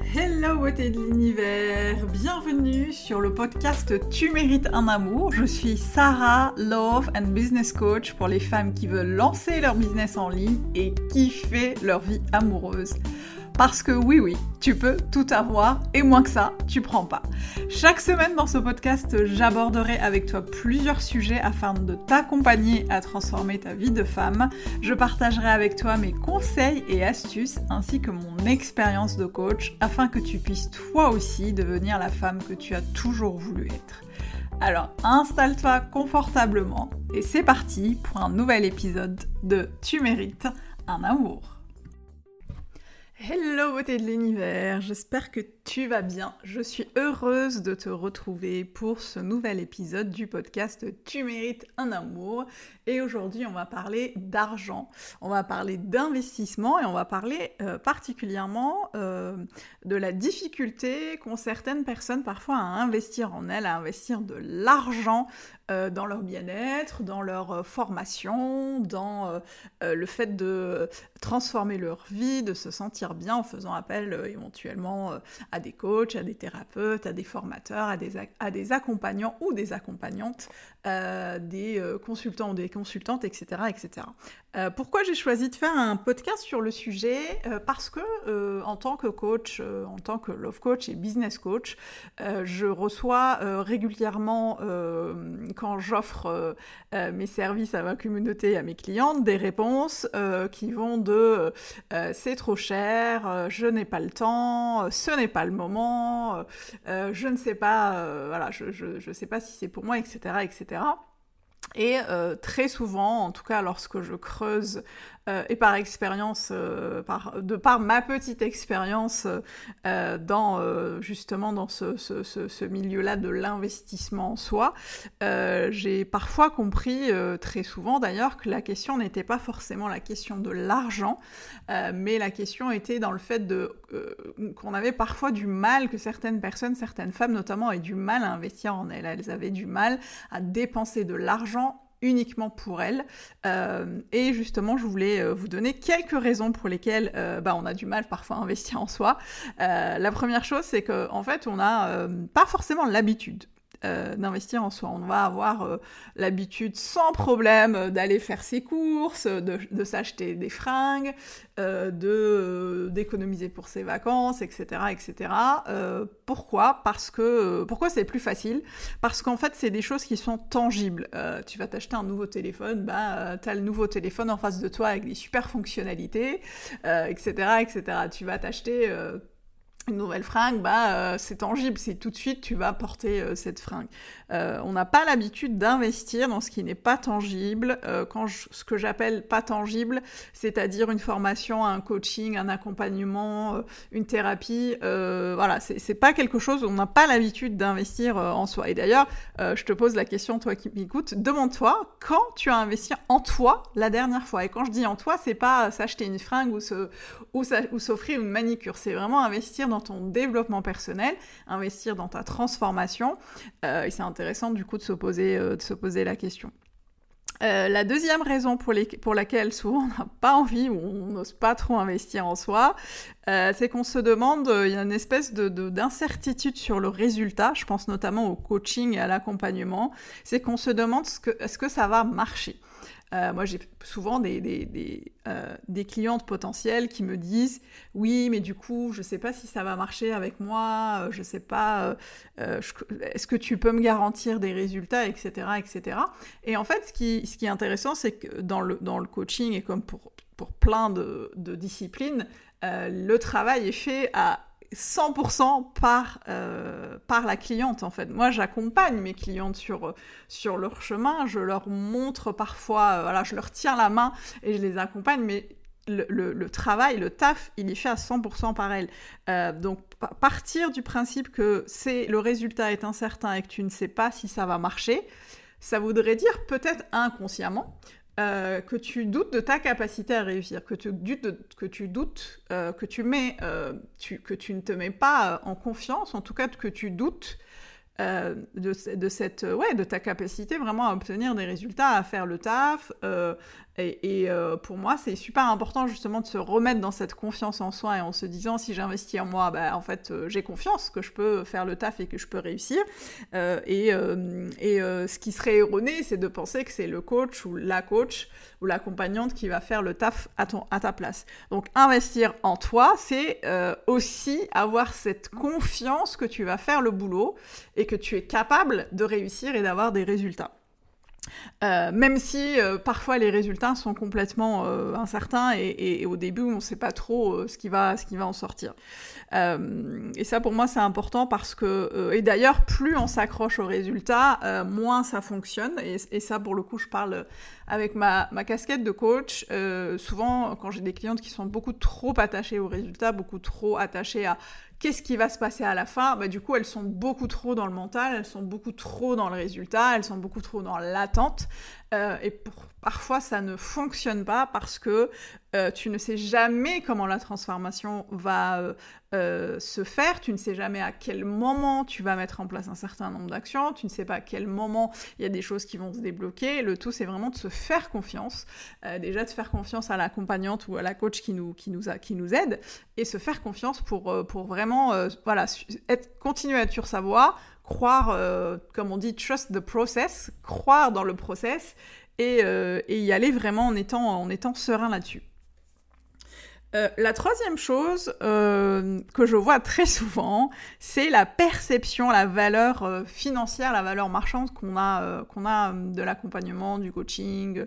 Hello beauté de l'univers, bienvenue sur le podcast Tu mérites un amour. Je suis Sarah, Love and Business Coach pour les femmes qui veulent lancer leur business en ligne et kiffer leur vie amoureuse. Parce que oui, tu peux tout avoir et moins que ça, tu prends pas. Chaque semaine dans ce podcast, j'aborderai avec toi plusieurs sujets afin de t'accompagner à transformer ta vie de femme. Je partagerai avec toi mes conseils et astuces ainsi que mon expérience de coach afin que tu puisses toi aussi devenir la femme que tu as toujours voulu être. Alors installe-toi confortablement et c'est parti pour un nouvel épisode de Tu mérites un amour. Hello beauté de l'univers, j'espère que tu vas bien. Je suis heureuse de te retrouver pour ce nouvel épisode du podcast Tu mérites un amour. Et aujourd'hui, on va parler d'argent, on va parler d'investissement et on va parler particulièrement de la difficulté qu'ont certaines personnes parfois à investir en elles, à investir de l'argent dans leur bien-être, dans leur formation, dans le fait de transformer leur vie, de se sentir bien en faisant appel éventuellement à des coachs, à des thérapeutes, à des formateurs, à des accompagnants ou des accompagnantes, des consultants ou des consultantes, etc. etc. Pourquoi j'ai choisi de faire un podcast sur le sujet ? Parce que en tant que coach, en tant que love coach et business coach, je reçois régulièrement, quand j'offre mes services à ma communauté et à mes clientes, des réponses qui vont de c'est trop cher, je n'ai pas le temps, ce n'est pas le moment, je ne sais pas, voilà, je sais pas si c'est pour moi, etc., etc. Et très souvent, en tout cas lorsque je creuse, et par expérience, de par ma petite expérience justement dans ce milieu-là de l'investissement en soi, j'ai parfois compris, très souvent d'ailleurs, que la question n'était pas forcément la question de l'argent, mais la question était dans le fait qu'on avait parfois du mal, que certaines personnes, certaines femmes notamment, avaient du mal à investir en elles. Elles avaient du mal à dépenser de l'argent uniquement pour elles. Et justement, je voulais vous donner quelques raisons pour lesquelles on a du mal parfois à investir en soi. La première chose, c'est qu'en fait, on n'a pas forcément l'habitude d'investir en soi. On va avoir l'habitude sans problème d'aller faire ses courses, de s'acheter des fringues, d'économiser pour ses vacances, etc. etc. Pourquoi ? Pourquoi c'est plus facile ? Parce qu'en fait, c'est des choses qui sont tangibles. Tu vas t'acheter un nouveau téléphone, t'as le nouveau téléphone en face de toi avec des super fonctionnalités, etc. etc. Tu vas t'acheter une nouvelle fringue, c'est tangible, c'est tout de suite tu vas porter cette fringue. On n'a pas l'habitude d'investir dans ce qui n'est pas tangible. Ce que j'appelle pas tangible, c'est-à-dire une formation, un coaching, un accompagnement, une thérapie, voilà, c'est pas quelque chose où on n'a pas l'habitude d'investir en soi. Et d'ailleurs, je te pose la question, toi qui m'écoutes, demande-toi quand tu as investi en toi la dernière fois. Et quand je dis en toi, c'est pas s'acheter une fringue ou s'offrir une manicure, c'est vraiment investir dans ton développement personnel, investir dans ta transformation, et c'est intéressant du coup de se poser la question. La deuxième raison pour laquelle souvent on n'a pas envie ou on n'ose pas trop investir en soi, c'est qu'on se demande, il y a une espèce d'incertitude sur le résultat, je pense notamment au coaching et à l'accompagnement, c'est qu'on se demande est-ce que ça va marcher. Moi, j'ai souvent des clientes potentielles qui me disent « Oui, mais du coup, je sais pas si ça va marcher avec moi, je sais pas, est-ce que tu peux me garantir des résultats, etc. etc. » Et en fait, ce qui est intéressant, c'est que dans le coaching, et comme pour plein de disciplines, le travail est fait à 100% par la cliente en fait. Moi j'accompagne mes clientes sur leur chemin, je leur montre parfois, voilà, je leur tiens la main et je les accompagne, mais le travail, le taf, il est fait à 100% par elles. Donc partir du principe que le résultat est incertain et que tu ne sais pas si ça va marcher, ça voudrait dire peut-être inconsciemment que tu doutes de ta capacité à réussir, que tu ne te mets pas en confiance, en tout cas que tu doutes de ta capacité vraiment à obtenir des résultats, à faire le taf, Et pour moi, c'est super important justement de se remettre dans cette confiance en soi et en se disant si j'investis en moi, en fait, j'ai confiance que je peux faire le taf et que je peux réussir. Ce qui serait erroné, c'est de penser que c'est le coach ou l'accompagnante qui va faire le taf à ta place. Donc, investir en toi, c'est aussi avoir cette confiance que tu vas faire le boulot et que tu es capable de réussir et d'avoir des résultats. Même si parfois les résultats sont complètement incertains et au début on ne sait pas trop ce qui va en sortir. Et ça pour moi c'est important parce que, et d'ailleurs plus on s'accroche aux résultats, moins ça fonctionne. Et ça pour le coup je parle avec ma casquette de coach. Souvent quand j'ai des clientes qui sont beaucoup trop attachées aux résultats, beaucoup trop attachées à qu'est-ce qui va se passer à la fin ? Du coup, elles sont beaucoup trop dans le mental, elles sont beaucoup trop dans le résultat, elles sont beaucoup trop dans l'attente. Parfois, ça ne fonctionne pas parce que tu ne sais jamais comment la transformation va se faire, tu ne sais jamais à quel moment tu vas mettre en place un certain nombre d'actions, tu ne sais pas à quel moment il y a des choses qui vont se débloquer. Le tout, c'est vraiment de se faire confiance. Déjà, de faire confiance à l'accompagnante ou à la coach qui nous aide, et se faire confiance pour vraiment continuer à être sur sa voie, croire, comme on dit, trust the process, croire dans le process, et y aller vraiment en étant serein là-dessus. La troisième chose que je vois très souvent, c'est la perception, la valeur financière, la valeur marchande qu'on a de l'accompagnement, du coaching,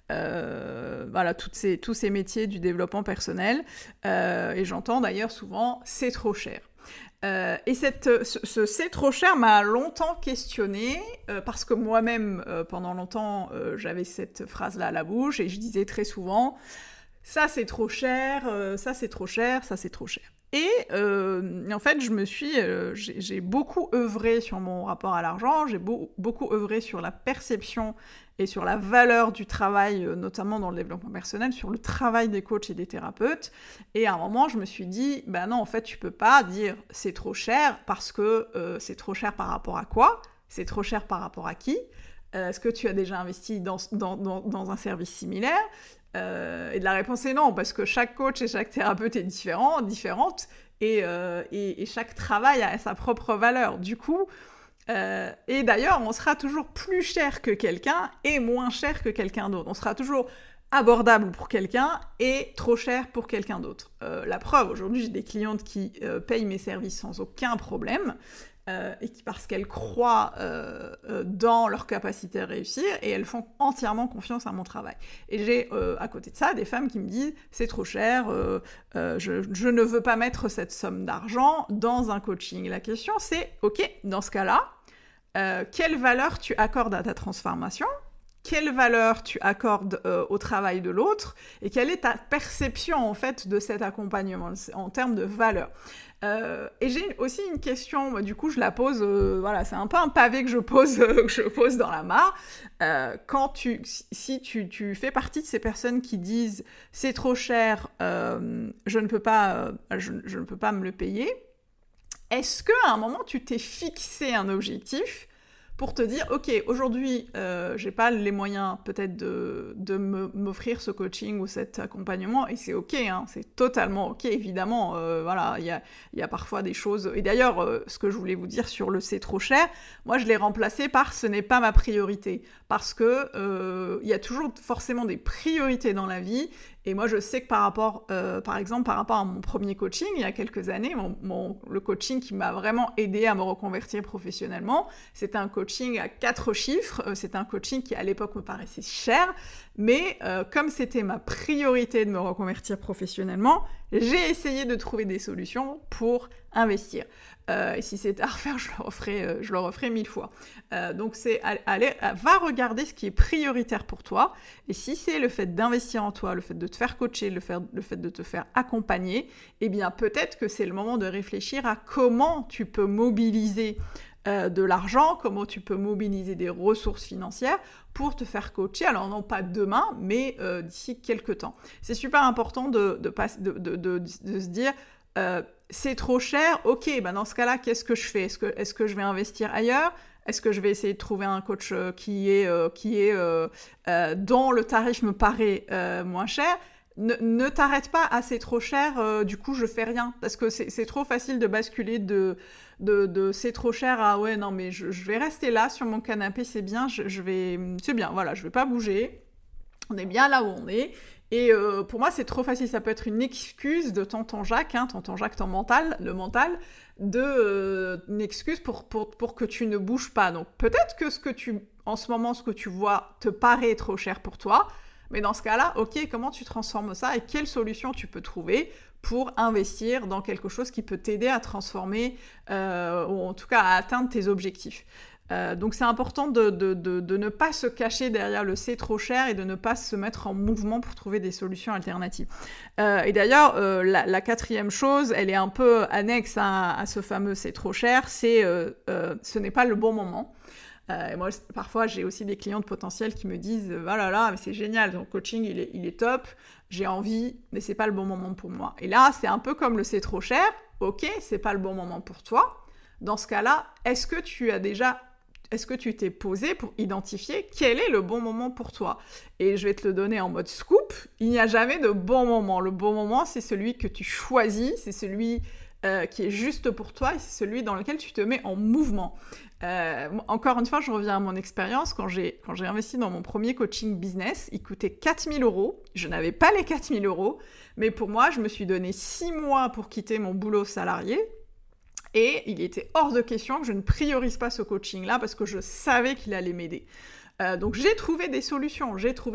tous ces métiers du développement personnel. Et j'entends d'ailleurs souvent « c'est trop cher ». Et ce c'est trop cher m'a longtemps questionnée parce que moi-même, pendant longtemps, j'avais cette phrase-là à la bouche et je disais très souvent ça c'est trop cher, ça c'est trop cher, ça c'est trop cher. Et en fait, j'ai beaucoup œuvré sur mon rapport à l'argent, j'ai beaucoup œuvré sur la perception et sur la valeur du travail, notamment dans le développement personnel, sur le travail des coachs et des thérapeutes. Et à un moment, je me suis dit, non, en fait, tu peux pas dire c'est trop cher parce que c'est trop cher par rapport à quoi ? C'est trop cher par rapport à qui ? Est-ce que tu as déjà investi dans un service similaire ? Et la réponse est non, parce que chaque coach et chaque thérapeute est différente, et chaque travail a sa propre valeur. Du coup, et d'ailleurs, on sera toujours plus cher que quelqu'un et moins cher que quelqu'un d'autre. On sera toujours abordable pour quelqu'un et trop cher pour quelqu'un d'autre. La preuve, aujourd'hui, j'ai des clientes qui payent mes services sans aucun problème, parce qu'elles croient dans leur capacité à réussir et elles font entièrement confiance à mon travail. Et j'ai à côté de ça des femmes qui me disent c'est trop cher, je ne veux pas mettre cette somme d'argent dans un coaching. La question c'est ok, dans ce cas-là, quelle valeur tu accordes à ta transformation ? Quelle valeur tu accordes au travail de l'autre et quelle est ta perception en fait de cet accompagnement en termes de valeur. Et j'ai aussi une question, du coup je la pose, c'est un peu un pavé que je pose dans la mare. Si tu fais partie de ces personnes qui disent c'est trop cher, je ne peux pas me le payer, est-ce qu'à un moment tu t'es fixé un objectif pour te dire, ok, aujourd'hui, j'ai pas les moyens peut-être de m'offrir ce coaching ou cet accompagnement, et c'est ok, hein, c'est totalement ok, évidemment, il y a parfois des choses, et d'ailleurs, ce que je voulais vous dire sur le c'est trop cher, moi je l'ai remplacé par ce n'est pas ma priorité, parce que il y a toujours forcément des priorités dans la vie, et moi je sais que par exemple, par rapport à mon premier coaching, il y a quelques années, le coaching qui m'a vraiment aidé à me reconvertir professionnellement, c'était un coaching à 4 chiffres, c'était un coaching qui à l'époque me paraissait cher, mais comme c'était ma priorité de me reconvertir professionnellement, j'ai essayé de trouver des solutions pour investir. Et si c'était à refaire, je le referai 1000 fois. Donc va regarder ce qui est prioritaire pour toi, et si c'est le fait d'investir en toi, le fait de te faire coacher, le fait de te faire accompagner, eh bien peut-être que c'est le moment de réfléchir à comment tu peux mobiliser de l'argent, comment tu peux mobiliser des ressources financières pour te faire coacher, alors non pas demain, mais d'ici quelques temps. C'est super important de se dire c'est trop cher, ok, dans ce cas-là, qu'est-ce que je fais ? Est-ce que je vais investir ailleurs ? Est-ce que je vais essayer de trouver un coach qui est dont le tarif me paraît moins cher? Ne t'arrête pas à c'est trop cher, du coup je fais rien. Parce que c'est trop facile de basculer de c'est trop cher à ouais non mais je vais rester là sur mon canapé, c'est bien, c'est bien, voilà, je vais pas bouger. On est bien là où on est. Et pour moi, c'est trop facile. Ça peut être une excuse de tonton Jacques, le mental, une excuse pour que tu ne bouges pas. Donc peut-être que en ce moment, ce que tu vois te paraît trop cher pour toi. Mais dans ce cas-là, ok, comment tu transformes ça et quelle solution tu peux trouver pour investir dans quelque chose qui peut t'aider à transformer, ou en tout cas à atteindre tes objectifs. Donc c'est important de ne pas se cacher derrière le c'est trop cher et de ne pas se mettre en mouvement pour trouver des solutions alternatives. Et d'ailleurs, la quatrième chose, elle est un peu annexe à ce fameux c'est trop cher, c'est ce n'est pas le bon moment. Et moi, parfois, j'ai aussi des clientes potentielles qui me disent « Ah là là, mais c'est génial, ton coaching, il est top, j'ai envie, mais c'est pas le bon moment pour moi. » Et là, c'est un peu comme le « c'est trop cher ». Ok, c'est pas le bon moment pour toi. Dans ce cas-là, est-ce que tu t'es posé pour identifier quel est le bon moment pour toi? Et je vais te le donner en mode scoop, il n'y a jamais de bon moment. Le bon moment, c'est celui que tu choisis, c'est celui qui est juste pour toi et c'est celui dans lequel tu te mets en mouvement. Encore une fois, je reviens à mon expérience. Quand j'ai investi dans mon premier coaching business, il coûtait 4 000 €. Je n'avais pas les 4 000 €, mais pour moi, je me suis donné 6 mois pour quitter mon boulot salarié. Et il était hors de question que je ne priorise pas ce coaching-là parce que je savais qu'il allait m'aider. Donc j'ai trouvé des solutions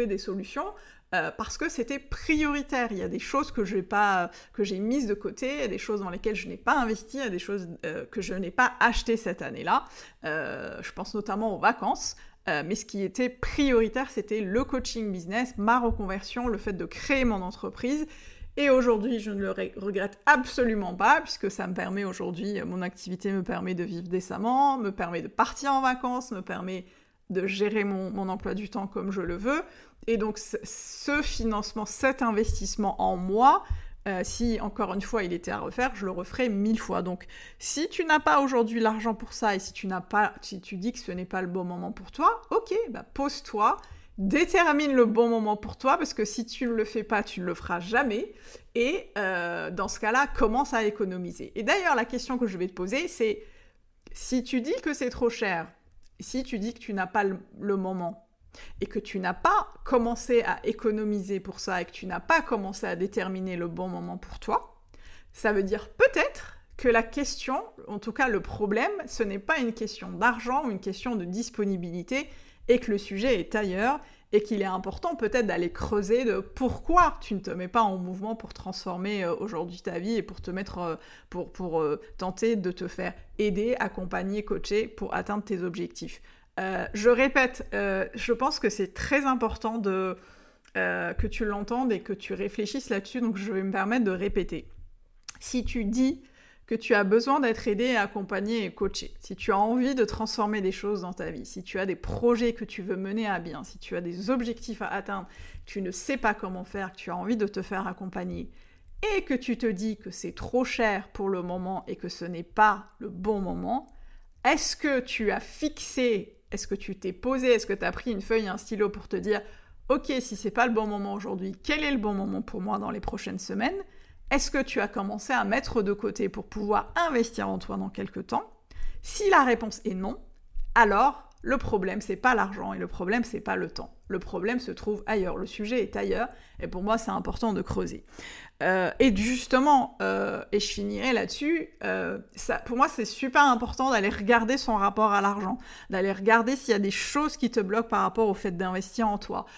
parce que c'était prioritaire. Il y a des choses que j'ai mises de côté, il y a des choses dans lesquelles je n'ai pas investi, il y a des choses que je n'ai pas achetées cette année-là. Je pense notamment aux vacances. Mais ce qui était prioritaire, c'était le coaching business, ma reconversion, le fait de créer mon entreprise. Et aujourd'hui, je ne le regrette absolument pas, puisque ça me permet aujourd'hui, mon activité me permet de vivre décemment, me permet de partir en vacances, me permet de gérer mon emploi du temps comme je le veux. Et donc, ce financement, cet investissement en moi, si, encore une fois, il était à refaire, je le referai 1000 fois. Donc, si tu n'as pas aujourd'hui l'argent pour ça, et si tu dis que ce n'est pas le bon moment pour toi, ok, bah pose-toi, détermine le bon moment pour toi, parce que si tu ne le fais pas, tu ne le feras jamais. Et dans ce cas-là, commence à économiser. Et d'ailleurs, la question que je vais te poser, c'est si tu dis que c'est trop cher, si tu dis que tu n'as pas le moment, et que tu n'as pas commencé à économiser pour ça, et que tu n'as pas commencé à déterminer le bon moment pour toi, ça veut dire peut-être que la question, en tout cas le problème, ce n'est pas une question d'argent ou une question de disponibilité, et que le sujet est ailleurs, et qu'il est important peut-être d'aller creuser de pourquoi tu ne te mets pas en mouvement pour transformer aujourd'hui ta vie et pour te mettre, pour tenter de te faire aider, accompagner, coacher pour atteindre tes objectifs. Je répète, je pense que c'est très important que tu l'entendes et que tu réfléchisses là-dessus, donc je vais me permettre de répéter. Si tu dis que tu as besoin d'être aidé, accompagné et coaché, si tu as envie de transformer des choses dans ta vie, si tu as des projets que tu veux mener à bien, si tu as des objectifs à atteindre, tu ne sais pas comment faire, que tu as envie de te faire accompagner, et que tu te dis que c'est trop cher pour le moment et que ce n'est pas le bon moment, est-ce que tu as fixé, est-ce que tu t'es posé, est-ce que tu as pris une feuille et un stylo pour te dire « Ok, si c'est pas le bon moment aujourd'hui, quel est le bon moment pour moi dans les prochaines semaines ?» Est-ce que tu as commencé à mettre de côté pour pouvoir investir en toi dans quelques temps? Si la réponse est non, alors le problème, c'est pas l'argent et le problème, c'est pas le temps. Le problème se trouve ailleurs, le sujet est ailleurs et pour moi, c'est important de creuser. Et justement, et je finirai là-dessus, pour moi, c'est super important d'aller regarder son rapport à l'argent, d'aller regarder s'il y a des choses qui te bloquent par rapport au fait d'investir en toi.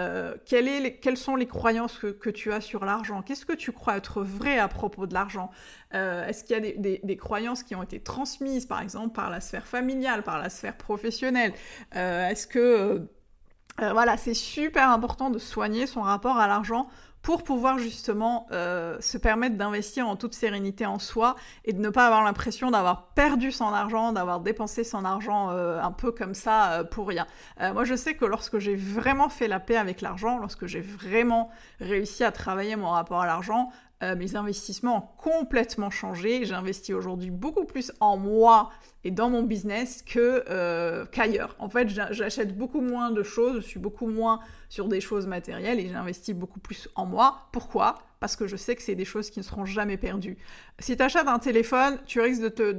Quelles sont les croyances que tu as sur l'argent? Qu'est-ce que tu crois être vrai à propos de l'argent? Est-ce qu'il y a des croyances qui ont été transmises, par exemple, par la sphère familiale, par la sphère professionnelle? Est-ce que... voilà, c'est super important de soigner son rapport à l'argent pour pouvoir justement se permettre d'investir en toute sérénité en soi et de ne pas avoir l'impression d'avoir perdu son argent, d'avoir dépensé son argent un peu comme ça pour rien. Moi, je sais que lorsque j'ai vraiment fait la paix avec l'argent, lorsque j'ai vraiment réussi à travailler mon rapport à l'argent, mes investissements ont complètement changé. J'investis aujourd'hui beaucoup plus en moi et dans mon business qu'ailleurs. En fait, j'achète beaucoup moins de choses, je suis beaucoup moins sur des choses matérielles et j'investis beaucoup plus en moi. Pourquoi ? Parce que je sais que c'est des choses qui ne seront jamais perdues. Si tu achètes un téléphone, tu risques tu peux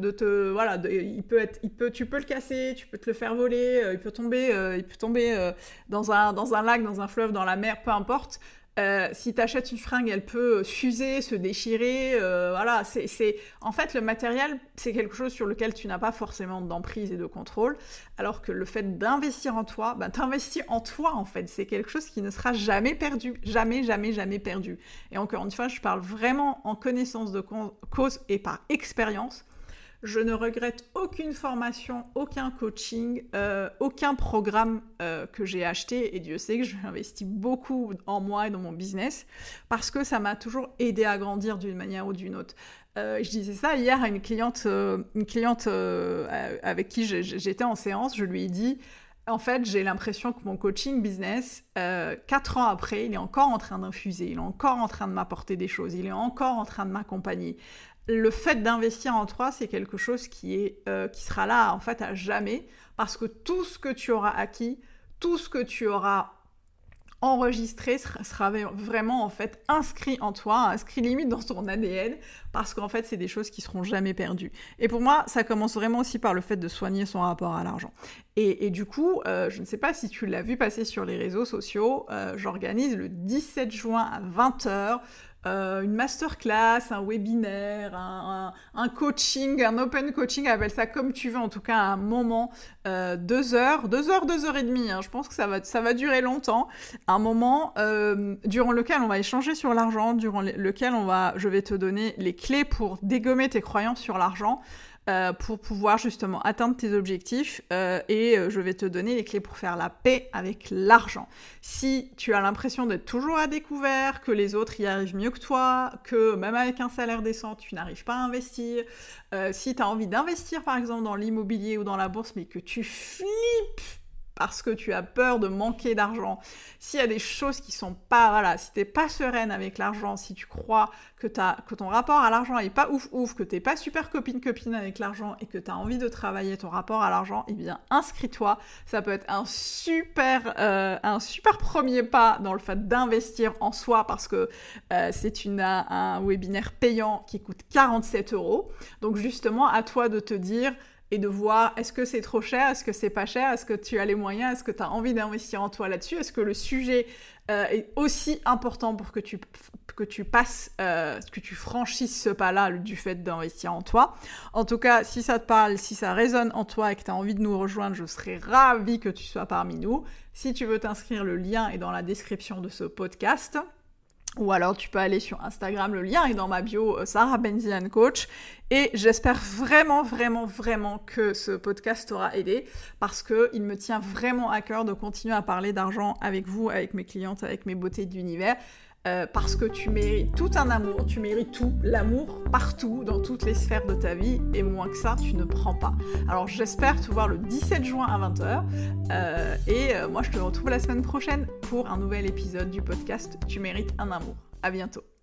le casser, tu peux te le faire voler, il peut tomber dans un lac, dans un fleuve, dans la mer, peu importe. Si tu achètes une fringue, elle peut s'user, se déchirer. En fait, le matériel, c'est quelque chose sur lequel tu n'as pas forcément d'emprise et de contrôle. Alors que le fait d'investir en toi, t'investis en toi, en fait. C'est quelque chose qui ne sera jamais perdu. Jamais, jamais, jamais perdu. Et encore une fois, je parle vraiment en connaissance de cause et par expérience. Je ne regrette aucune formation, aucun coaching, aucun programme que j'ai acheté. Et Dieu sait que je investis beaucoup en moi et dans mon business parce que ça m'a toujours aidé à grandir d'une manière ou d'une autre. Je disais ça hier à une cliente avec qui j'étais en séance. Je lui ai dit, en fait, j'ai l'impression que mon coaching business, 4 ans après, il est encore en train d'infuser, il est encore en train de m'apporter des choses, il est encore en train de m'accompagner. Le fait d'investir en toi, c'est quelque chose qui sera là en fait à jamais, parce que tout ce que tu auras acquis, tout ce que tu auras enregistré sera vraiment en fait inscrit en toi, inscrit limite dans ton ADN, parce qu'en fait c'est des choses qui seront jamais perdues. Et pour moi, ça commence vraiment aussi par le fait de soigner son rapport à l'argent. Et du coup, je ne sais pas si tu l'as vu passer sur les réseaux sociaux, j'organise le 17 juin à 20h une masterclass, un webinaire, un coaching, un open coaching, appelle ça comme tu veux, en tout cas à un moment, 2 heures et demie, hein, je pense que ça va durer longtemps, un moment durant lequel on va échanger sur l'argent, durant lequel je vais te donner les clés pour dégommer tes croyances sur l'argent, pour pouvoir justement atteindre tes objectifs et je vais te donner les clés pour faire la paix avec l'argent. Si tu as l'impression d'être toujours à découvert, que les autres y arrivent mieux que toi, que même avec un salaire décent, tu n'arrives pas à investir, si tu as envie d'investir par exemple dans l'immobilier ou dans la bourse, mais que tu flippes parce que tu as peur de manquer d'argent, s'il y a des choses qui sont pas, si t'es pas sereine avec l'argent, si tu crois que ton rapport à l'argent est pas ouf, que t'es pas super copine avec l'argent et que t'as envie de travailler ton rapport à l'argent, eh bien inscris-toi, ça peut être un super premier pas dans le fait d'investir en soi parce que c'est un webinaire payant qui coûte 47 €, donc justement à toi de te dire et de voir est-ce que c'est trop cher, est-ce que c'est pas cher, est-ce que tu as les moyens, est-ce que tu as envie d'investir en toi là-dessus, est-ce que le sujet est aussi important pour que tu franchisses ce pas-là du fait d'investir en toi. En tout cas, si ça te parle, si ça résonne en toi et que tu as envie de nous rejoindre, je serais ravie que tu sois parmi nous. Si tu veux t'inscrire, le lien est dans la description de ce podcast. Ou alors tu peux aller sur Instagram, le lien est dans ma bio, Sarah Benzian Coach. Et j'espère vraiment, vraiment, vraiment que ce podcast t'aura aidé parce qu'il me tient vraiment à cœur de continuer à parler d'argent avec vous, avec mes clientes, avec mes beautés de l'univers. Parce que tu mérites tout un amour, tu mérites tout, l'amour partout, dans toutes les sphères de ta vie, et moins que ça, tu ne prends pas. Alors j'espère te voir le 17 juin à 20h, et moi je te retrouve la semaine prochaine pour un nouvel épisode du podcast Tu mérites un amour. À bientôt.